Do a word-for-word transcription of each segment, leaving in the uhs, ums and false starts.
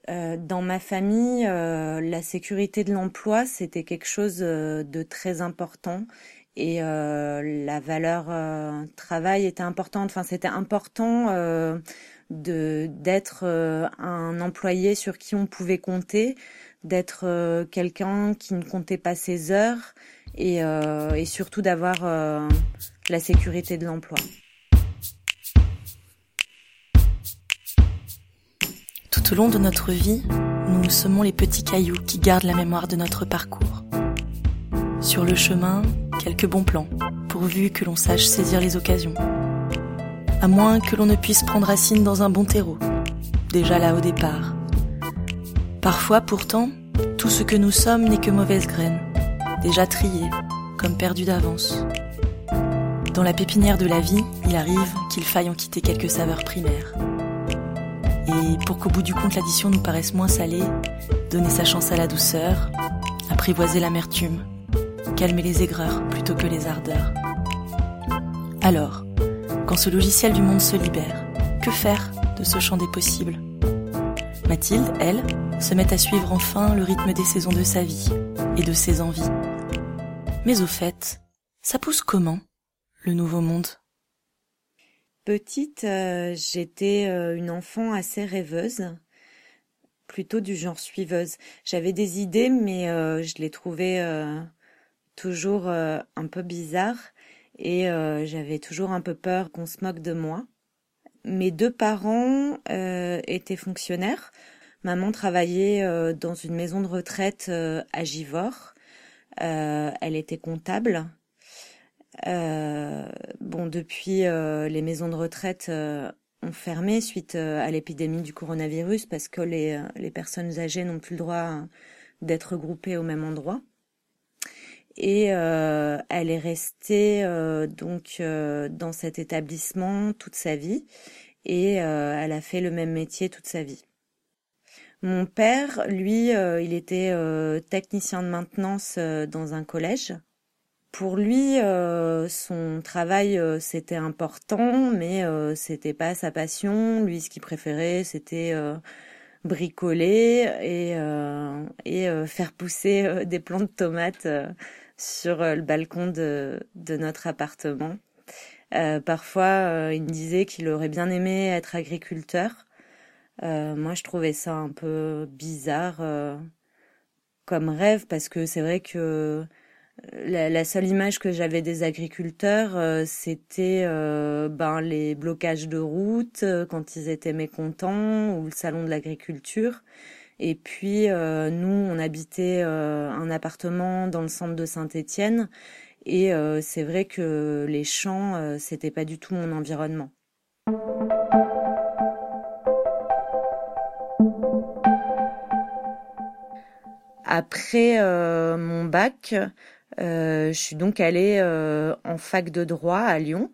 Euh, dans ma famille, euh, la sécurité de l'emploi, c'était quelque chose euh, de très important et euh, la valeur euh, travail était importante. Enfin, c'était important euh, de d'être euh, un employé sur qui on pouvait compter, d'être euh, quelqu'un qui ne comptait pas ses heures et, euh, et surtout d'avoir euh, la sécurité de l'emploi. Tout au long de notre vie, nous semons les petits cailloux qui gardent la mémoire de notre parcours. Sur le chemin, quelques bons plans, pourvu que l'on sache saisir les occasions. À moins que l'on ne puisse prendre racine dans un bon terreau, déjà là au départ. Parfois, pourtant, tout ce que nous sommes n'est que mauvaise graine, déjà triée, comme perdue d'avance. Dans la pépinière de la vie, il arrive qu'il faille en quitter quelques saveurs primaires. Et pour qu'au bout du compte l'addition nous paraisse moins salée, donner sa chance à la douceur, apprivoiser l'amertume, calmer les aigreurs plutôt que les ardeurs. Alors, quand ce logiciel du monde se libère, que faire de ce champ des possibles ? Mathilde, elle, se met à suivre enfin le rythme des saisons de sa vie et de ses envies. Mais au fait, ça pousse comment, le nouveau monde ? Petite, euh, j'étais euh, une enfant assez rêveuse, plutôt du genre suiveuse. J'avais des idées, mais euh, je les trouvais euh, toujours euh, un peu bizarres et euh, j'avais toujours un peu peur qu'on se moque de moi. Mes deux parents euh, étaient fonctionnaires. Maman travaillait euh, dans une maison de retraite euh, à Givors. Euh, elle était comptable. Euh, bon, depuis, euh, les maisons de retraite euh, ont fermé suite euh, à l'épidémie du coronavirus parce que les, euh, les personnes âgées n'ont plus le droit euh, d'être groupées au même endroit. Et euh, elle est restée euh, donc euh, dans cet établissement toute sa vie et euh, elle a fait le même métier toute sa vie. Mon père, lui, euh, il était euh, technicien de maintenance euh, dans un collège. Pour lui, euh, son travail, euh, c'était important, mais euh, c'était pas sa passion. Lui, ce qu'il préférait, c'était euh, bricoler et, euh, et euh, faire pousser euh, des plants de tomates euh, sur euh, le balcon de, de notre appartement. Euh, parfois, euh, il me disait qu'il aurait bien aimé être agriculteur. Euh, moi, je trouvais ça un peu bizarre euh, comme rêve parce que c'est vrai que la, la seule image que j'avais des agriculteurs, euh, c'était euh, ben les blocages de route euh, quand ils étaient mécontents ou le salon de l'agriculture. Et puis euh, nous, on habitait euh, un appartement dans le centre de Saint-Étienne et euh, c'est vrai que les champs, euh, c'était pas du tout mon environnement. Après euh, mon bac, euh, je suis donc allée euh, en fac de droit à Lyon.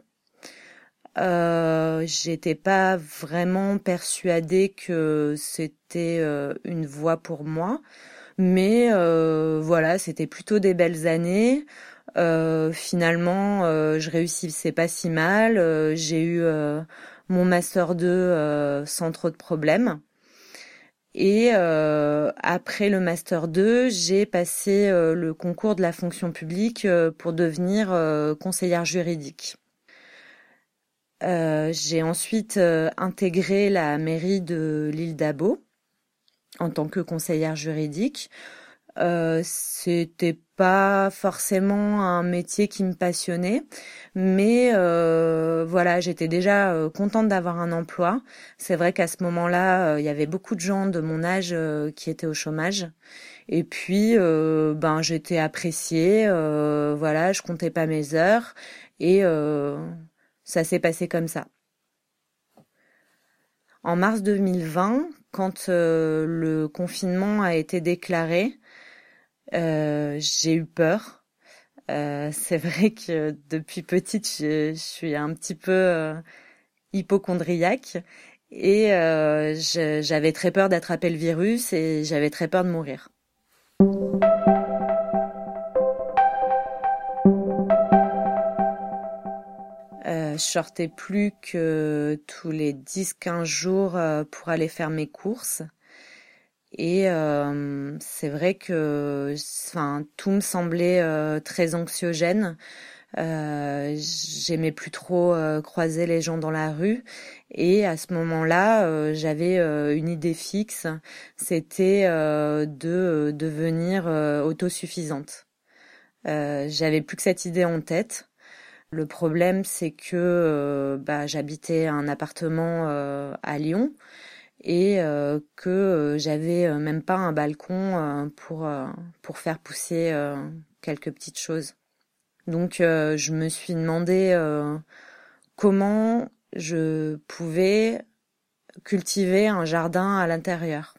Euh, j'étais pas vraiment persuadée que c'était euh, une voie pour moi, mais euh, voilà, c'était plutôt des belles années. Euh, finalement, euh, je réussissais pas si mal. Euh, j'ai eu euh, mon master deux euh, sans trop de problèmes. Et euh, après le master deux, j'ai passé euh, le concours de la fonction publique euh, pour devenir euh, conseillère juridique. Euh, j'ai ensuite euh, intégré la mairie de l'île d'Abo en tant que conseillère juridique. Euh, c'était pas forcément un métier qui me passionnait, mais euh, voilà, j'étais déjà euh, contente d'avoir un emploi. C'est vrai qu'à ce moment-là, euh, il y avait beaucoup de gens de mon âge euh, qui étaient au chômage. Et puis, euh, ben, j'étais appréciée. Euh, voilà, je comptais pas mes heures et euh, ça s'est passé comme ça. En mars deux mille vingt, quand euh, le confinement a été déclaré, euh, j'ai eu peur. Euh, c'est vrai que depuis petite, je, je suis un petit peu euh, hypocondriaque et euh, je- j'avais très peur d'attraper le virus et j'avais très peur de mourir. Euh, je sortais plus que tous les dix quinze jours euh, pour aller faire mes courses. Et euh, c'est vrai que, enfin, tout me semblait euh, très anxiogène. Euh, j'aimais plus trop euh, croiser les gens dans la rue. Et à ce moment-là, euh, j'avais euh, une idée fixe, c'était euh, de devenir euh, autosuffisante. Euh, j'avais plus que cette idée en tête. Le problème, c'est que euh, bah, j'habitais un appartement euh, à Lyon et euh, que euh, j'avais euh, même pas un balcon euh, pour euh, pour faire pousser euh, quelques petites choses. Donc euh, je me suis demandé euh, comment je pouvais cultiver un jardin à l'intérieur.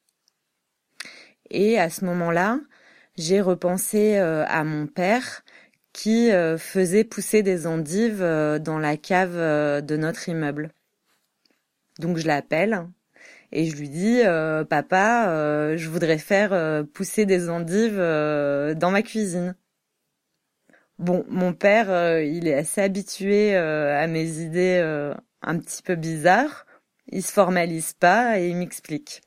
Et à ce moment-là, j'ai repensé euh, à mon père qui euh, faisait pousser des endives euh, dans la cave euh, de notre immeuble. Donc je l'appelle et je lui dis euh, papa, euh, je voudrais faire euh, pousser des endives euh, dans ma cuisine. Bon, mon père, euh, il est assez habitué euh, à mes idées euh, un petit peu bizarres. Il se formalise pas et il m'explique.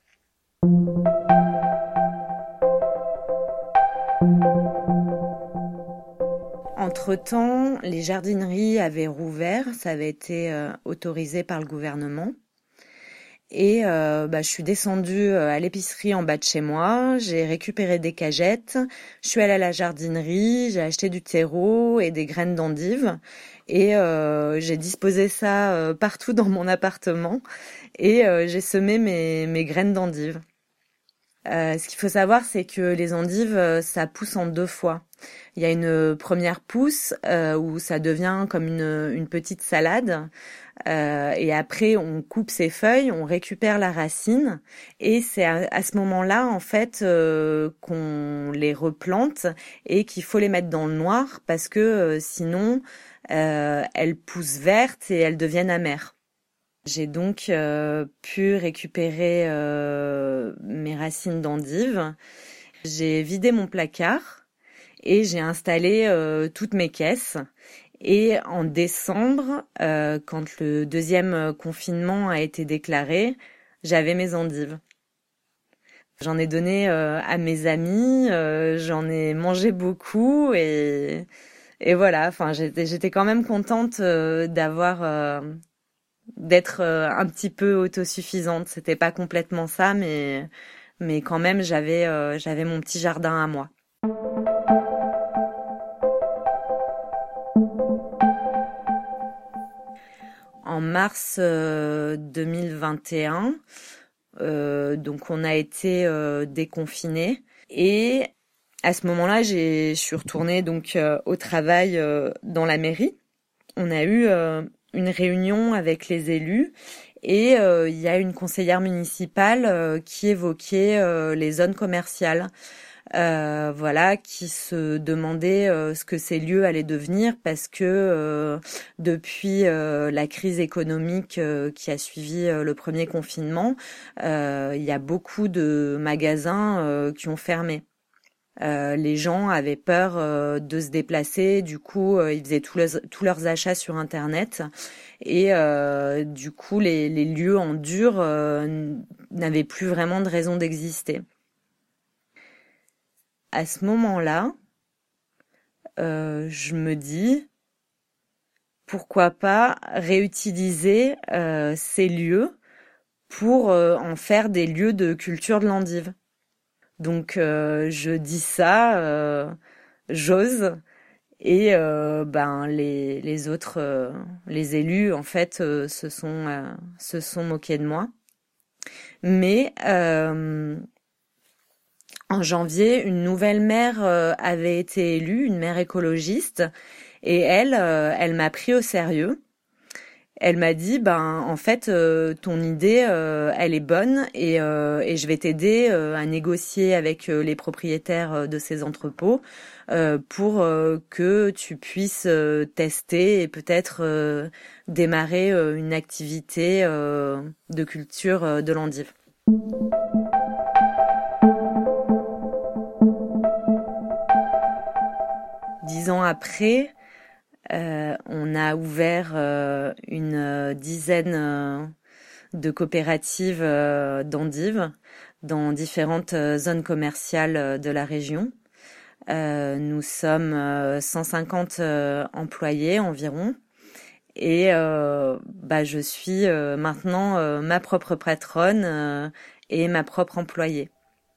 Entre-temps, les jardineries avaient rouvert, ça avait été euh, autorisé par le gouvernement. Et euh, bah, je suis descendue à l'épicerie en bas de chez moi, j'ai récupéré des cagettes, je suis allée à la jardinerie, j'ai acheté du terreau et des graines d'endives et euh, j'ai disposé ça euh, partout dans mon appartement et euh, j'ai semé mes, mes graines d'endives. Euh, ce qu'il faut savoir, c'est que les endives, euh, ça pousse en deux fois. Il y a une première pousse euh, où ça devient comme une, une petite salade. Euh, et après, on coupe ses feuilles, on récupère la racine. Et c'est à, à ce moment-là, en fait, euh, qu'on les replante et qu'il faut les mettre dans le noir parce que euh, sinon, euh, elles poussent vertes et elles deviennent amères. J'ai donc euh, pu récupérer euh, mes racines d'endives. J'ai vidé mon placard et j'ai installé euh, toutes mes caisses. Et en décembre, euh, quand le deuxième confinement a été déclaré, j'avais mes endives. J'en ai donné euh, à mes amis, euh, j'en ai mangé beaucoup et, et voilà. Enfin, j'étais, j'étais quand même contente euh, d'avoir... Euh, d'être euh, un petit peu autosuffisante. C'était pas complètement ça, mais mais quand même j'avais euh, j'avais mon petit jardin à moi. En mars euh, deux mille vingt et un, euh, donc on a été euh, déconfinés et à ce moment-là, j'ai je suis retournée donc euh, au travail euh, dans la mairie. On a eu euh, une réunion avec les élus et euh, il y a une conseillère municipale euh, qui évoquait euh, les zones commerciales, euh, voilà, qui se demandait euh, ce que ces lieux allaient devenir parce que euh, depuis euh, la crise économique euh, qui a suivi euh, le premier confinement, euh, il y a beaucoup de magasins euh, qui ont fermé. Euh, les gens avaient peur euh, de se déplacer, du coup euh, ils faisaient tous leurs, tous leurs achats sur internet et euh, du coup les, les lieux en dur euh, n'avaient plus vraiment de raison d'exister. À ce moment-là, euh, je me dis pourquoi pas réutiliser euh, ces lieux pour euh, en faire des lieux de culture de l'endive. Donc euh, je dis ça, euh, j'ose, et euh, ben les les autres, euh, les élus en fait euh, se sont euh, se sont moqués de moi. Mais euh, en janvier, une nouvelle maire euh, avait été élue, une maire écologiste, et elle, euh, elle m'a pris au sérieux. Elle m'a dit, ben en fait, euh, ton idée, euh, elle est bonne et, euh, et je vais t'aider euh, à négocier avec euh, les propriétaires euh, de ces entrepôts euh, pour euh, que tu puisses euh, tester et peut-être euh, démarrer euh, une activité euh, de culture euh, de l'endive. Dix ans après, Euh, on a ouvert euh, une euh, dizaine euh, de coopératives euh, d'endives dans différentes euh, zones commerciales euh, de la région. Euh, nous sommes euh, cent cinquante euh, employés environ et euh, bah, je suis euh, maintenant euh, ma propre patronne euh, et ma propre employée.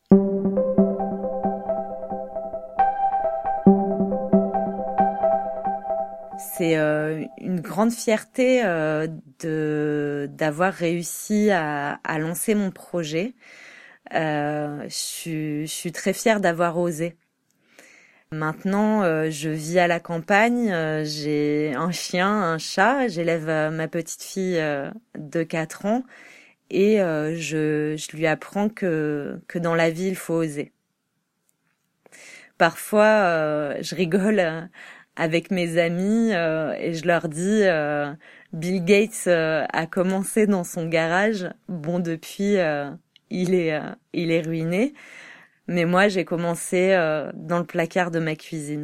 C'est euh, une grande fierté euh, de d'avoir réussi à, à lancer mon projet. Euh, je suis, je suis très fière d'avoir osé. Maintenant, euh, je vis à la campagne, euh, j'ai un chien, un chat, j'élève euh, ma petite fille euh, de quatre ans et euh, je, je lui apprends que, que dans la vie, il faut oser. Parfois, euh, je rigole euh, avec mes amis euh, et je leur dis euh, Bill Gates euh, a commencé dans son garage. Bon, depuis, euh, il est, euh, il est ruiné. Mais moi, j'ai commencé euh, dans le placard de ma cuisine.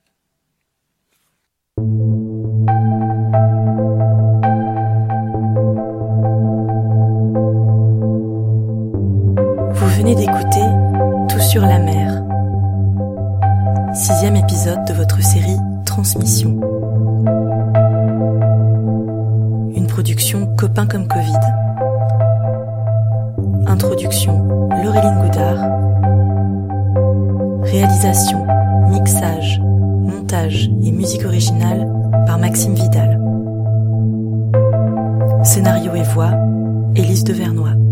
Vous venez d'écouter Tout sur la mer, sixième épisode de votre série Transmission. Une production Copains comme Covid. Introduction Laureline Goudard. Réalisation, mixage, montage et musique originale par Maxime Vidal. Scénario et voix, Élise de Vernois.